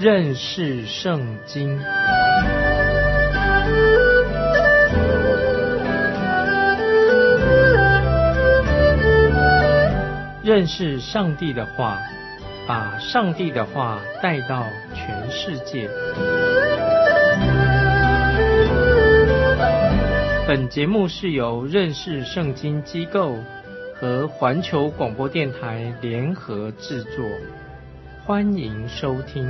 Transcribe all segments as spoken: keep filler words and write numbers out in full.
认识圣经。认识上帝的话，把上帝的话带到全世界。本节目是由认识圣经机构和环球广播电台联合制作，欢迎收听。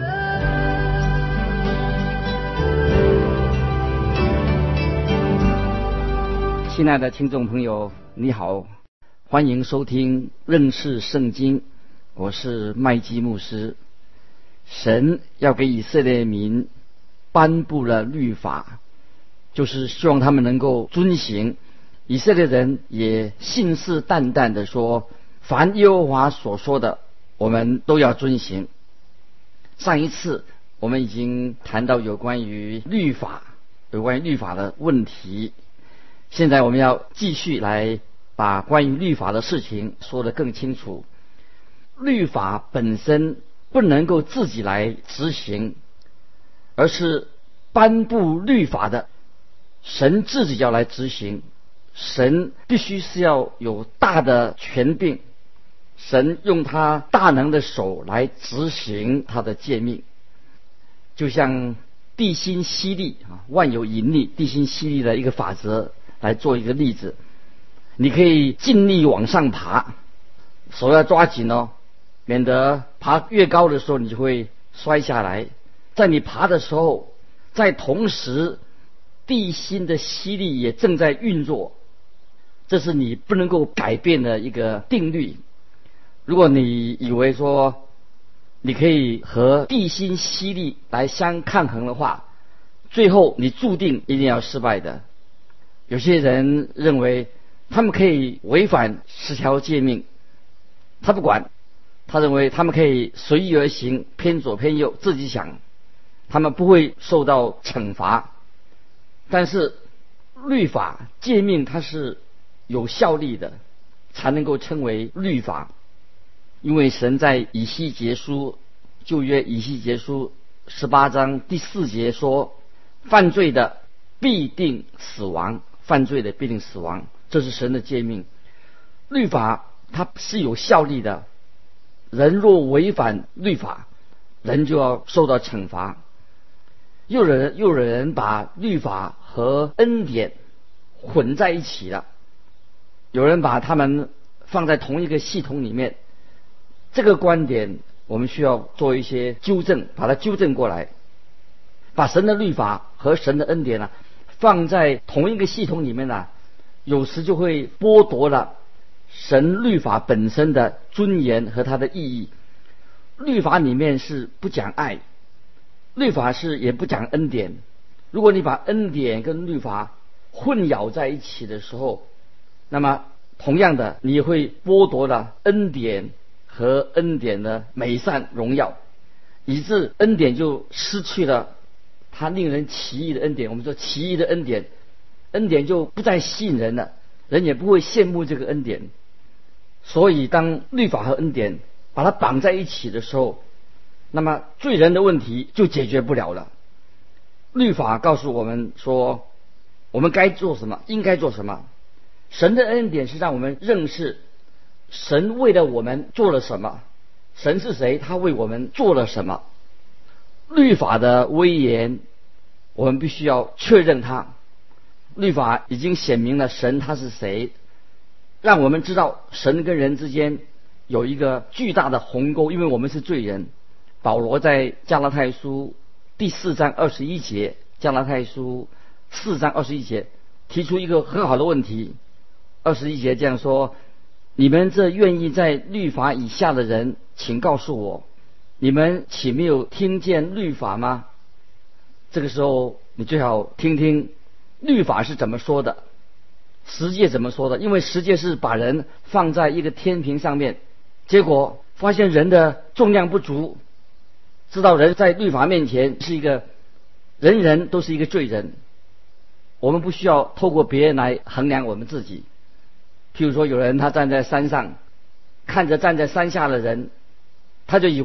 亲爱的听众朋友，你好，欢迎收听认识圣经，我是麦基牧师。神要给以色列民颁布了律法，就是希望他们能够遵行。以色列人也信誓旦旦地说，凡耶和华所说的我们都要遵行。上一次我们已经谈到有关于律法有关于律法的问题，现在我们要继续来把关于律法的事情说得更清楚。律法本身不能够自己来执行，而是颁布律法的神自己要来执行。神必须是要有大的权柄，神用他大能的手来执行他的诫命。就像地心吸力啊，万有引力，地心吸力的一个法则来做一个例子。你可以尽力往上爬，手要抓紧哦，免得爬越高的时候你就会摔下来。在你爬的时候，在同时地心的吸力也正在运作，这是你不能够改变的一个定律。如果你以为说你可以和地心吸力来相抗衡的话，最后你注定一定要失败的。有些人认为他们可以违反十条诫命，他不管，他认为他们可以随意而行，偏左偏右，自己想，他们不会受到惩罚。但是律法诫命它是有效力的，才能够称为律法。因为神在以西结书，旧约以西结书十八章第四节说，犯罪的必定死亡，犯罪的必定死亡，这是神的诫命。律法它是有效力的，人若违反律法，人就要受到惩罚。又有人又有人把律法和恩典混在一起了，有人把它们放在同一个系统里面。这个观点我们需要做一些纠正，把它纠正过来。把神的律法和神的恩典呢、啊、放在同一个系统里面呢、啊，有时就会剥夺了神律法本身的尊严和它的意义。律法里面是不讲爱，律法是也不讲恩典。如果你把恩典跟律法混淆在一起的时候，那么同样的你会剥夺了恩典和恩典的美善荣耀，以致恩典就失去了它令人奇异的恩典。我们说奇异的恩典，恩典就不再吸引人了，人也不会羡慕这个恩典。所以当律法和恩典把它绑在一起的时候，那么罪人的问题就解决不了了。律法告诉我们说我们该做什么，应该做什么。神的恩典是让我们认识神为了我们做了什么，神是谁，他为我们做了什么。律法的威严我们必须要确认它，律法已经显明了神他是谁，让我们知道神跟人之间有一个巨大的鸿沟，因为我们是罪人。保罗在加拉太书第四章二十一节，加拉太书四章二十一节提出一个很好的问题。二十一节这样说，你们这愿意在律法以下的人，请告诉我，你们岂没有听见律法吗？这个时候你最好听听律法是怎么说的，十诫怎么说的。因为十诫是把人放在一个天平上面，结果发现人的重量不足，知道人在律法面前是一个人人都是一个罪人。我们不需要透过别人来衡量我们自己。譬如说有人他站在山上，看着站在山下的人，他就以为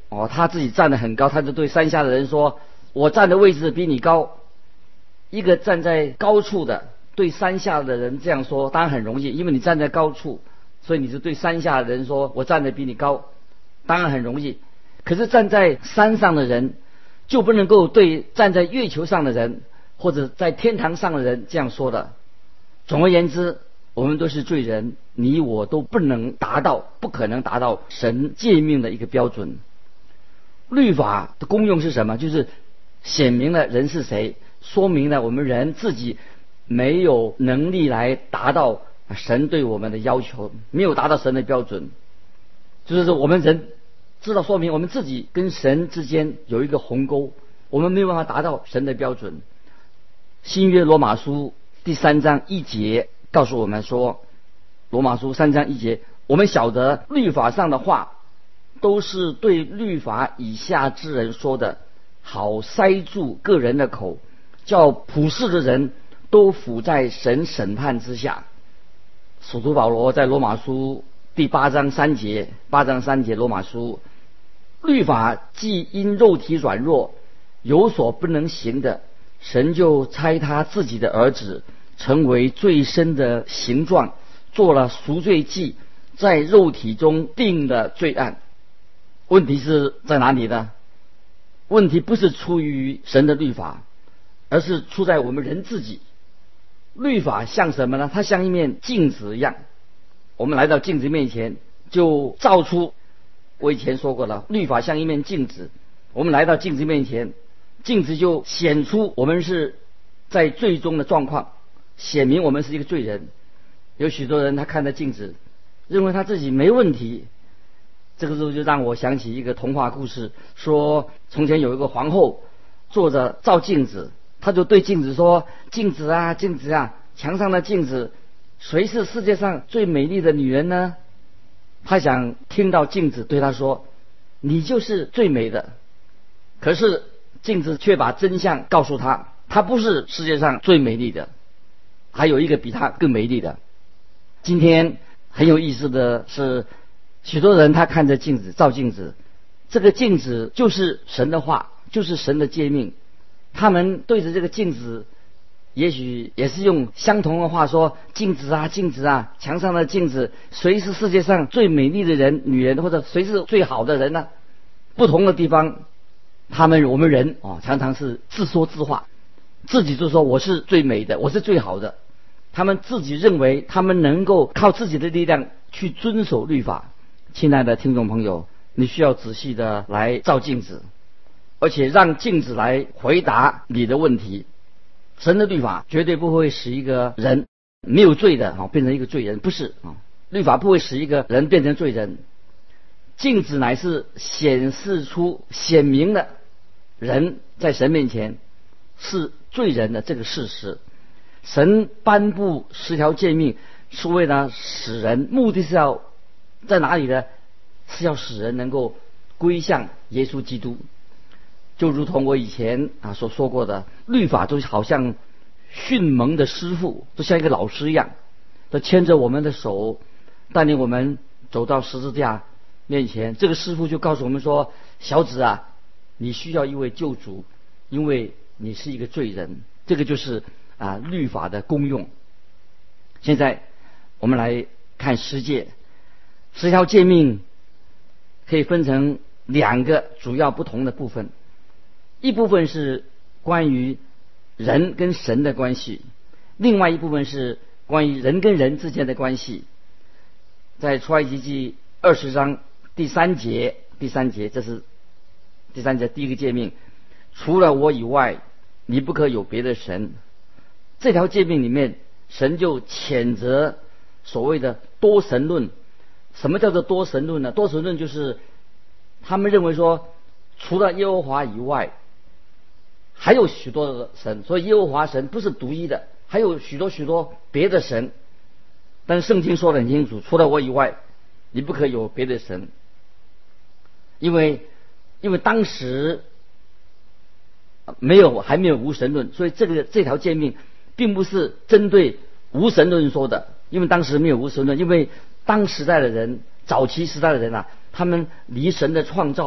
哦，他自己站得很高，他就对山下的人说：“我站的位置比你高。”一个站在高处的对山下的人这样说，当然很容易，因为你站在高处，所以你是对山下的人说：“我站得比你高。”当然很容易。可是站在山上的人就不能够对站在月球上的人或者在天堂上的人这样说的。总而言之，我们都是罪人，你我都不能达到，不可能达到神诫命的一个标准。律法的功用是什么？就是显明了人是谁，说明了我们人自己没有能力来达到神对我们的要求，没有达到神的标准。就是说我们人知道，说明我们自己跟神之间有一个鸿沟，我们没有办法达到神的标准。新约罗马书第三章一节告诉我们说，罗马书三章一节，我们晓得律法上的话都是对律法以下之人说的，好塞住个人的口，叫普世的人都伏在神审判之下。使徒保罗在罗马书第八章三节，八章三节罗马书，律法既因肉体软弱有所不能行的，神就差他自己的儿子成为最深的形状，做了赎罪祭，在肉体中定了罪案。问题是在哪里呢？问题不是出于神的律法，而是出在我们人自己。律法像什么呢？它像一面镜子一样，我们来到镜子面前就照出，我以前说过了，律法像一面镜子，我们来到镜子面前，镜子就显出我们是在最终的状况，显明我们是一个罪人。有许多人他看着镜子认为他自己没问题，这个时候就让我想起一个童话故事，说从前有一个皇后坐着照镜子，她就对镜子说：“镜子啊镜子啊，墙上的镜子，谁是世界上最美丽的女人呢？”她想听到镜子对她说：“你就是最美的。”可是镜子却把真相告诉她，她不是世界上最美丽的，还有一个比她更美丽的。今天很有意思的是，许多人他看着镜子，照镜子，这个镜子就是神的话，就是神的诫命。他们对着这个镜子，也许也是用相同的话说：“镜子啊镜子啊，墙上的镜子，谁是世界上最美丽的人女人，或者谁是最好的人呢？”不同的地方，他们我们人啊、哦，常常是自说自话，自己就说我是最美的，我是最好的。他们自己认为他们能够靠自己的力量去遵守律法。亲爱的听众朋友，你需要仔细的来照镜子，而且让镜子来回答你的问题。神的律法绝对不会使一个人没有罪的啊变成一个罪人，不是啊，律法不会使一个人变成罪人。镜子乃是显示出显明了人在神面前是罪人的这个事实。神颁布十条诫命是为了使人，目的是要在哪里呢？是要使人能够归向耶稣基督。就如同我以前啊所说过的，律法就好像训蒙的师傅，就像一个老师一样，都牵着我们的手，带领我们走到十字架面前。这个师傅就告诉我们说：“小子啊，你需要一位救主，因为你是一个罪人。”这个就是啊律法的功用。现在我们来看十诫，十条诫命可以分成两个主要不同的部分，一部分是关于人跟神的关系，另外一部分是关于人跟人之间的关系。在出埃及记二十章第三节，第三节这是第三节第一个诫命，除了我以外，你不可有别的神。这条诫命里面，神就谴责所谓的多神论。什么叫做多神论呢？多神论就是他们认为说，除了耶和华以外，还有许多的神，所以耶和华神不是独一的，还有许多许多别的神。但是圣经说得很清楚，除了我以外，你不可有别的神。因为因为当时没有还没有无神论，所以这个这条诫命并不是针对无神论说的，因为当时没有无神论，因为当时代的人，早期时代的人啊，他们离神的创造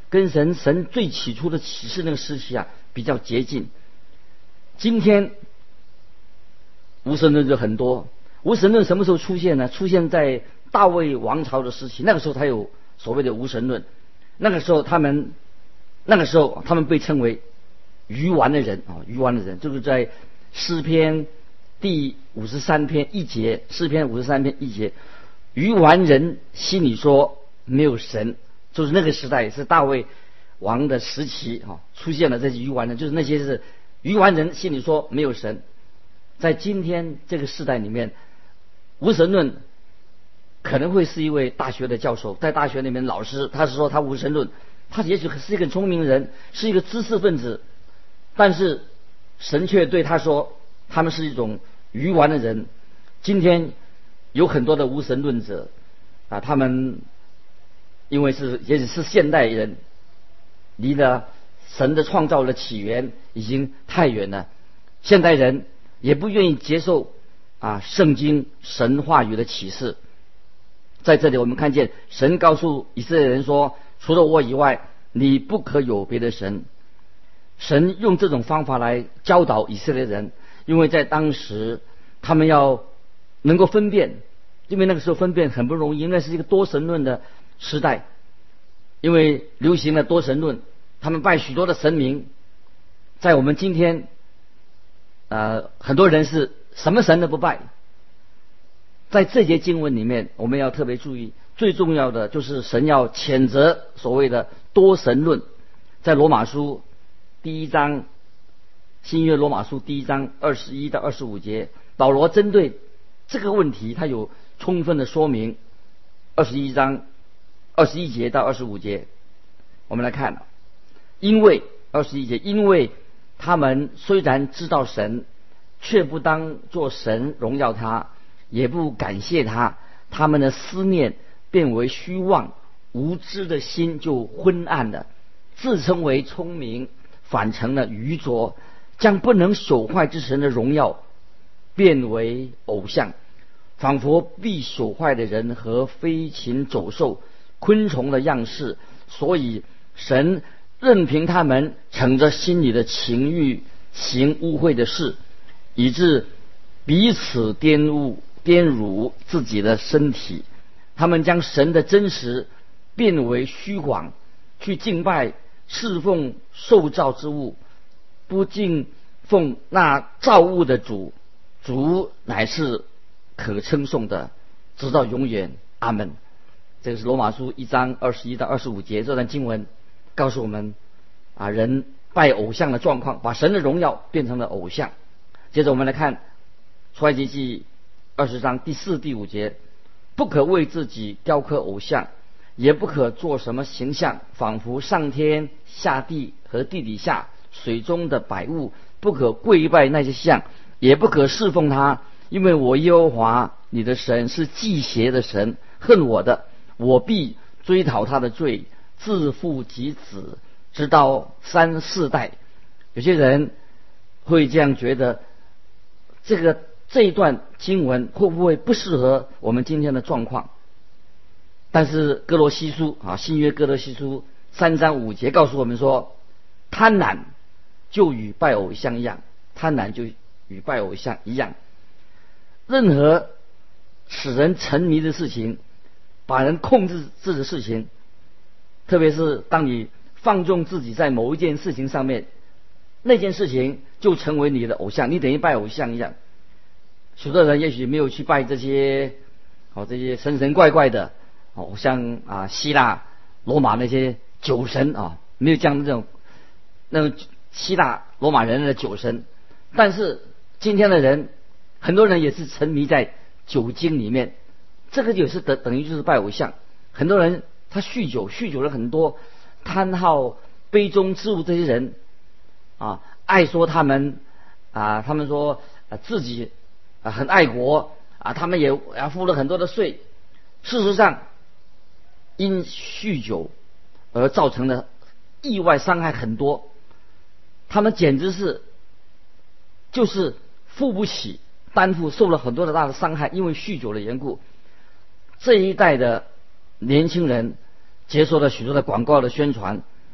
跟神神最起初的启示那个时期啊比较接近。今天无神论就很多，无神论什么时候出现呢？出现在大卫王朝的时期，那个时候才有所谓的无神论。那个时候他们，那个时候他们被称为愚顽的人啊，愚顽的人，就是在诗篇第五十三篇一节，诗篇五十三篇一节，愚顽人心里说没有神，就是那个时代是大卫王的时期啊，出现了这些愚顽人，就是那些是愚顽人心里说没有神。在今天这个时代里面，无神论可能会是一位大学的教授，在大学里面老师，他是说他无神论，他也许是一个聪明人，是一个知识分子，但是神却对他说他们是一种愚顽的人。今天有很多的无神论者啊，他们因为是也许是现代人，离了神的创造的起源已经太远了，现代人也不愿意接受啊圣经神话语的启示。在这里我们看见神告诉以色列人说，除了我以外你不可有别的神。神用这种方法来教导以色列人，因为在当时他们要能够分辨，因为那个时候分辨很不容易，因为是一个多神论的时代，因为流行了多神论，他们拜许多的神明。在我们今天呃，很多人是什么神都不拜。在这节经文里面我们要特别注意，最重要的就是神要谴责所谓的多神论。在罗马书第一章，新约罗马书第一章二十一到二十五节，保罗针对这个问题他有充分的说明。二十一章二十一节到二十五节我们来看，因为二十一节，因为他们虽然知道神，却不当作神荣耀他，也不感谢他，他们的思念变为虚妄，无知的心就昏暗了，自称为聪明，反成了愚拙，将不能朽坏之神的荣耀变为偶像，仿佛必朽坏的人和飞禽走兽、昆虫的样式。所以神任凭他们逞着心里的情欲行污秽的事，以致彼此玷污玷辱自己的身体。他们将神的真实变为虚谎，去敬拜侍奉受造之物，不敬奉那造物的主。主乃是可称颂的，直到永远。阿门。这个是罗马书一章二十一到二十五节，这段经文告诉我们啊，人拜偶像的状况，把神的荣耀变成了偶像。接着我们来看出埃及记二十章第四第五节，不可为自己雕刻偶像，也不可做什么形象，仿佛上天下地和地底下水中的百物，不可跪拜那些像，也不可侍奉他，因为我耶和华你的神是忌邪的神，恨我的，我必追讨他的罪，自父及子，直到三四代。有些人会这样觉得，这个这一段经文会不会不适合我们今天的状况？但是哥罗西书啊，新约哥罗西书三章五节告诉我们说，贪婪就与拜偶像一样，贪婪就与拜偶像一样。任何使人沉迷的事情，把人控制住的事情，特别是当你放纵自己在某一件事情上面，那件事情就成为你的偶像，你等于拜偶像一样。许多人也许没有去拜这些哦这些神神怪怪的哦，像啊希腊罗马那些酒神啊，没有这样的这种那种希腊罗马人的酒神。但是今天的人，很多人也是沉迷在酒精里面，这个也是等等于就是拜偶像。很多人他酗酒，酗酒了很多，贪好杯中之物，这些人啊，爱说他们啊，他们说啊自己啊很爱国啊，他们也啊付了很多的税。事实上，因酗酒而造成的意外伤害很多，他们简直是就是付不起，担负受了很多的大的伤害，因为酗酒的缘故。这一代的年轻人接受了许多的广告的宣传，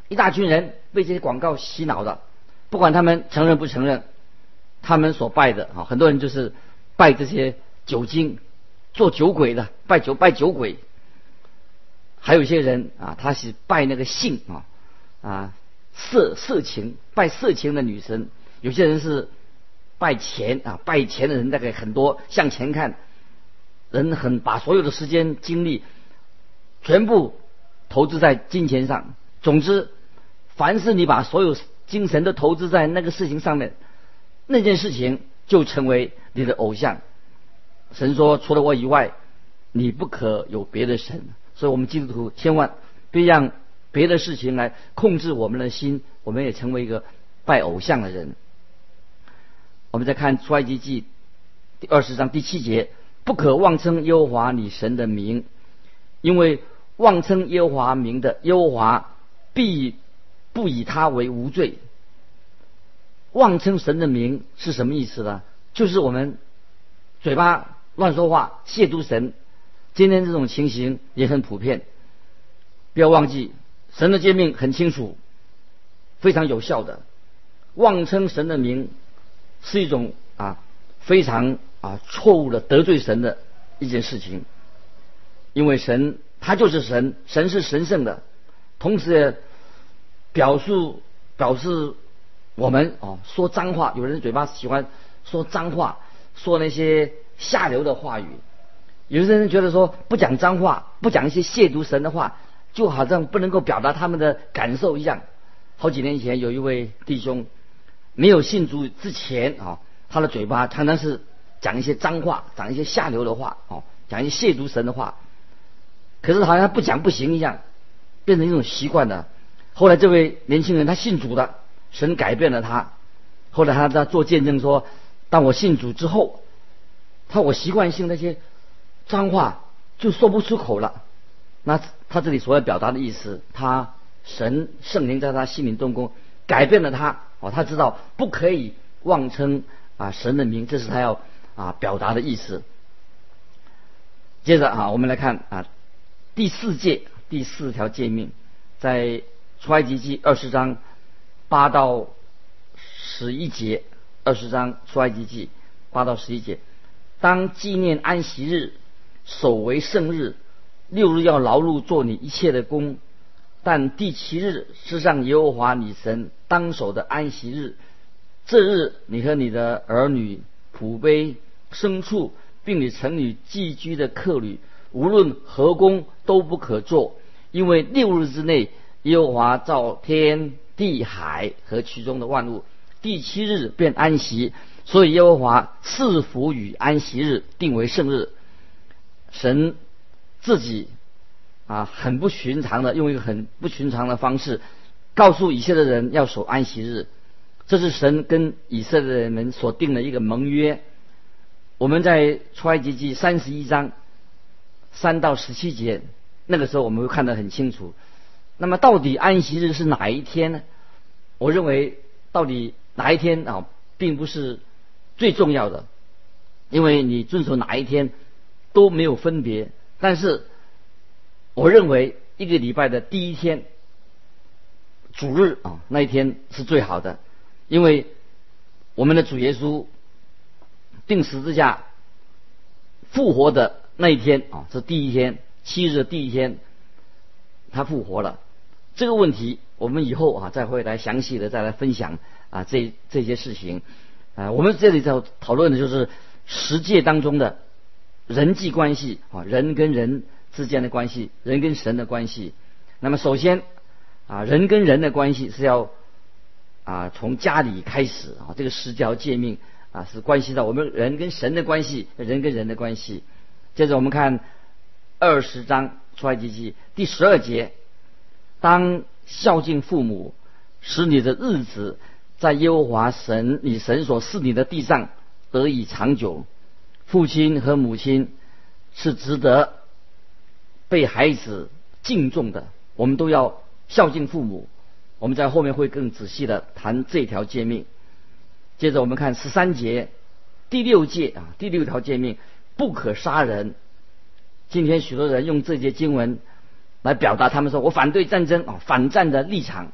一大群人被这些广告洗脑的，不管他们承认不承认，他们所拜的啊，很多人就是拜这些酒精，做酒鬼的，拜酒拜酒鬼。还有一些人啊，他是拜那个性啊啊色色情，拜色情的女神。有些人是拜钱啊，拜钱的人大概很多，向前看，人很把所有的时间精力全部投资在金钱上。总之，凡是你把所有精神都投资在那个事情上面，那件事情就成为你的偶像。神说，除了我以外，你不可有别的神。所以我们基督徒千万别让别的事情来控制我们的心，我们也成为一个拜偶像的人。我们再看出埃及记第二十章第七节，不可妄称耶和华你神的名，因为妄称耶和华名的，耶和华必不以他为无罪。妄称神的名是什么意思呢？就是我们嘴巴乱说话，亵渎神。今天这种情形也很普遍。不要忘记，神的诫命很清楚，非常有效的。妄称神的名是一种啊非常啊错误的得罪神的一件事情。因为神他就是神，神是神圣的，同时也表述表示我们哦说脏话，有人嘴巴喜欢说脏话，说那些下流的话语。有些人觉得说不讲脏话，不讲一些亵渎神的话，就好像不能够表达他们的感受一样。好几年前有一位弟兄没有信主之前啊，他的嘴巴常常是讲一些脏话，讲一些下流的话，哦，讲一些亵渎神的话。可是好像他不讲不行一样，变成一种习惯了。后来这位年轻人他信主了，神改变了他。后来他在做见证说，当我信主之后，他我习惯性那些脏话就说不出口了。那他这里所要表达的意思，他神圣灵在他心灵动工，改变了他。哦，他知道不可以妄称啊神的名，这是他要啊表达的意思。接着啊，我们来看啊第四诫第四条诫命，在出埃及记二十章八到十一节，二十章出埃及记八到十一节，当纪念安息日，守为圣日，六日要劳碌做你一切的工，但第七日是上耶和华你神当守的安息日。这日你和你的儿女、仆婢、牲畜，并你城里寄居的客旅，无论何工都不可做，因为六日之内耶和华造天地海和其中的万物，第七日便安息，所以耶和华赐福与安息日，定为圣日。神自己啊很不寻常的用一个很不寻常的方式告诉以色列人要守安息日，这是神跟以色列人们所定的一个盟约。我们在出埃及记三十一章三到十七节，那个时候我们会看得很清楚。那么到底安息日是哪一天呢？我认为到底哪一天啊并不是最重要的，因为你遵守哪一天都没有分别。但是我认为一个礼拜的第一天主日啊那一天是最好的，因为我们的主耶稣钉十字架复活的那一天啊是第一天，七日的第一天他复活了。这个问题我们以后啊再会来详细的再来分享啊这这些事情啊。我们这里在讨论的就是十诫当中的人际关系啊，人跟人之间的关系，人跟神的关系。那么首先啊，人跟人的关系是要啊从家里开始啊，这个十条诫命啊是关系到我们人跟神的关系，人跟人的关系。接着我们看二十章出埃及记第十二节，当孝敬父母，使你的日子在耶和华神你神所赐你的地上得以长久。父亲和母亲是值得被孩子敬重的，我们都要孝敬父母。我们在后面会更仔细的谈这条诫命。接着我们看十三节第六诫啊，第六条诫命，不可杀人。今天许多人用这节经文来表达他们说我反对战争啊，反战的立场。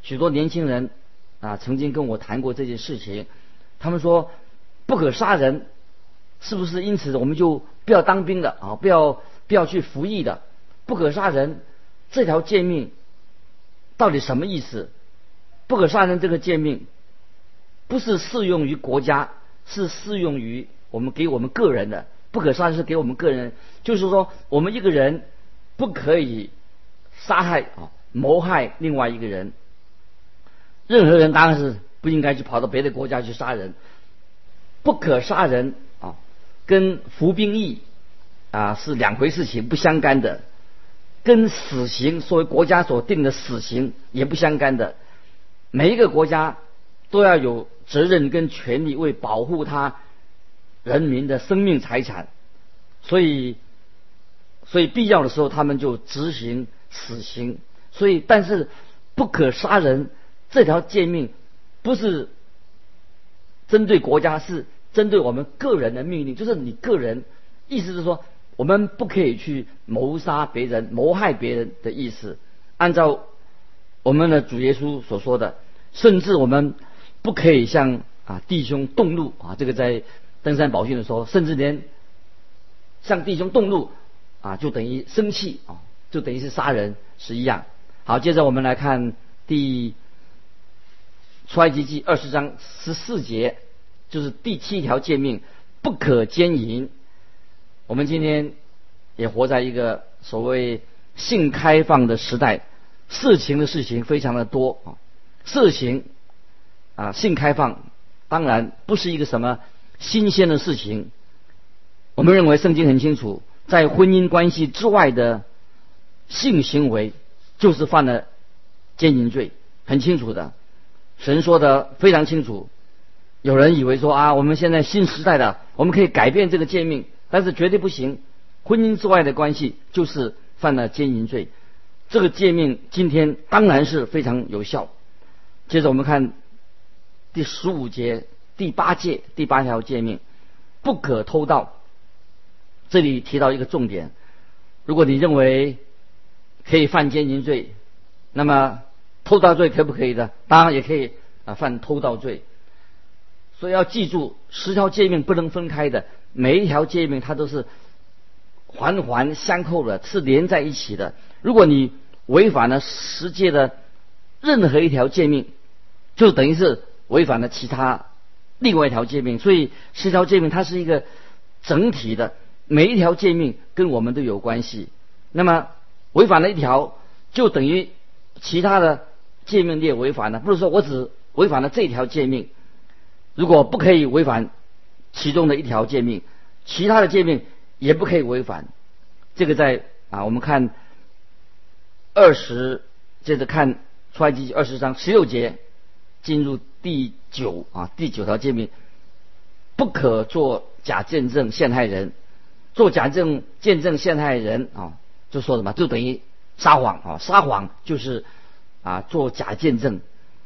许多年轻人啊曾经跟我谈过这件事情，他们说不可杀人，是不是因此我们就不要当兵的啊，不要不要去服役的？不可杀人这条诫命到底什么意思？不可杀人这个诫命不是适用于国家，是适用于我们给我们个人的。不可杀人是给我们个人，就是说我们一个人不可以杀害啊谋害另外一个人。任何人当然是不应该去跑到别的国家去杀人。不可杀人啊，跟服兵役啊是两回事情，不相干的。跟死刑，作为国家所定的死刑也不相干的。每一个国家都要有责任跟权利为保护他人民的生命财产，所以所以必要的时候他们就执行死刑。所以但是不可杀人这条诫命不是针对国家，是针对我们个人的命令，就是你个人，意思是说我们不可以去谋杀别人、谋害别人的意思。按照我们的主耶稣所说的，甚至我们不可以向啊弟兄动怒啊，这个在登山宝训的时候，甚至连向弟兄动怒啊，就等于生气啊，就等于是杀人是一样。好，接着我们来看第出埃及记二十章十四节，就是第七条诫命，不可奸淫。我们今天也活在一个所谓性开放的时代，色情的事情非常的多啊，色情啊，性开放当然不是一个什么新鲜的事情。我们认为圣经很清楚，在婚姻关系之外的性行为就是犯了奸淫罪，很清楚的，神说的非常清楚。有人以为说啊，我们现在新时代的，我们可以改变这个诫命，但是绝对不行。婚姻之外的关系就是犯了奸淫罪，这个诫命今天当然是非常有效。接着我们看第十五节第八诫第八条诫命，不可偷盗。这里提到一个重点，如果你认为可以犯奸淫罪，那么偷盗罪可不可以的？当然也可以啊，犯偷盗罪。所以要记住，十条诫命不能分开的，每一条诫命它都是环环相扣的，是连在一起的。如果你违反了十诫的任何一条诫命，就等于是违反了其他另外一条诫命。所以十条诫命它是一个整体的，每一条诫命跟我们都有关系。那么违反了一条，就等于其他的诫命你也违反了，不是说我只违反了这条诫命。如果不可以违反其中的一条诫命，其他的诫命也不可以违反。这个在啊，我们看二十，接着看出埃及记二十章十六节，进入第九啊第九条诫命，不可做假见证陷害人。做假证见证陷害人啊，就说什么，就等于撒谎啊，撒谎就是啊做假见证。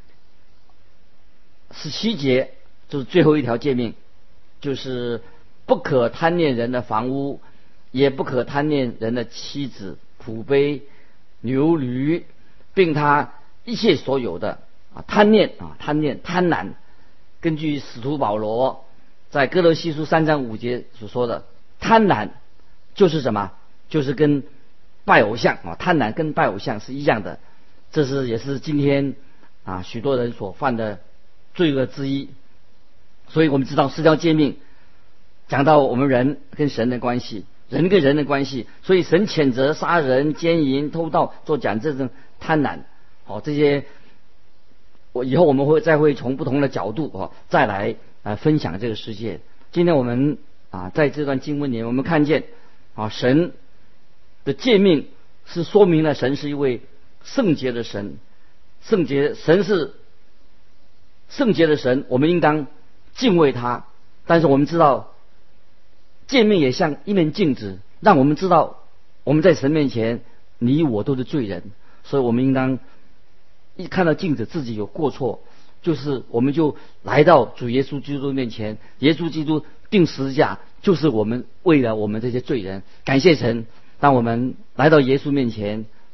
十七节就是最后一条诫命，就是不可贪恋人的房屋，也不可贪恋人的妻子、仆婢、牛驴，并他一切所有的啊，贪恋啊，贪恋贪婪。根据使徒保罗在哥罗西书三章五节所说的，贪婪就是什么？就是跟拜偶像啊，贪婪跟拜偶像是一样的。这是也是今天啊许多人所犯的罪恶之一。所以我们知道十条诫命讲到我们人跟神的关系，人跟人的关系，所以神谴责杀人、奸淫、偷盗、做假见证、贪婪。好、哦，这些我以后我们会再会从不同的角度哦再来啊、呃、分享这个世界。今天我们啊在这段经文里面，我们看见啊神的诫命是说明了神是一位圣洁的神，圣洁神是圣洁的神，我们应当敬畏他。但是我们知道诫命也像一面镜子，让我们知道我们在神面前你我都是罪人，所以我们应当一看到镜子自己有过错，就是我们就来到主耶稣基督面前，耶稣基督定十字架就是我们为了我们这些罪人。感谢神，当我们来到耶稣面前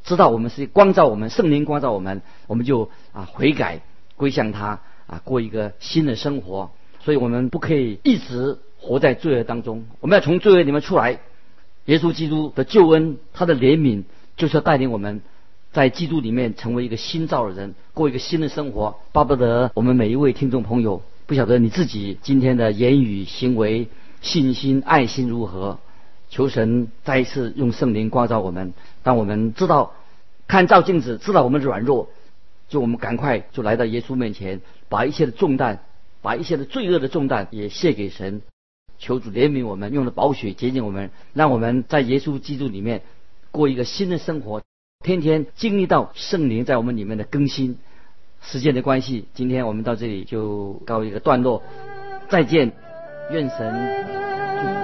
知道我们是光照我们，圣灵光照我们，我们就啊悔改归向他啊，过一个新的生活。所以我们不可以一直活在罪恶当中，我们要从罪恶里面出来。耶稣基督的救恩，他的怜悯，就是要带领我们在基督里面成为一个新造的人，过一个新的生活。巴不得我们每一位听众朋友，不晓得你自己今天的言语行为、信心爱心如何，求神再一次用圣灵光照我们。当我们知道看照镜子，知道我们软弱，就我们赶快就来到耶稣面前，把一切的重担，把一切的罪恶的重担也卸给神。求主怜悯我们，用了宝血洁净我们，让我们在耶稣基督里面过一个新的生活，天天经历到圣灵在我们里面的更新。时间的关系，今天我们到这里就告一个段落，再见，愿神祝福。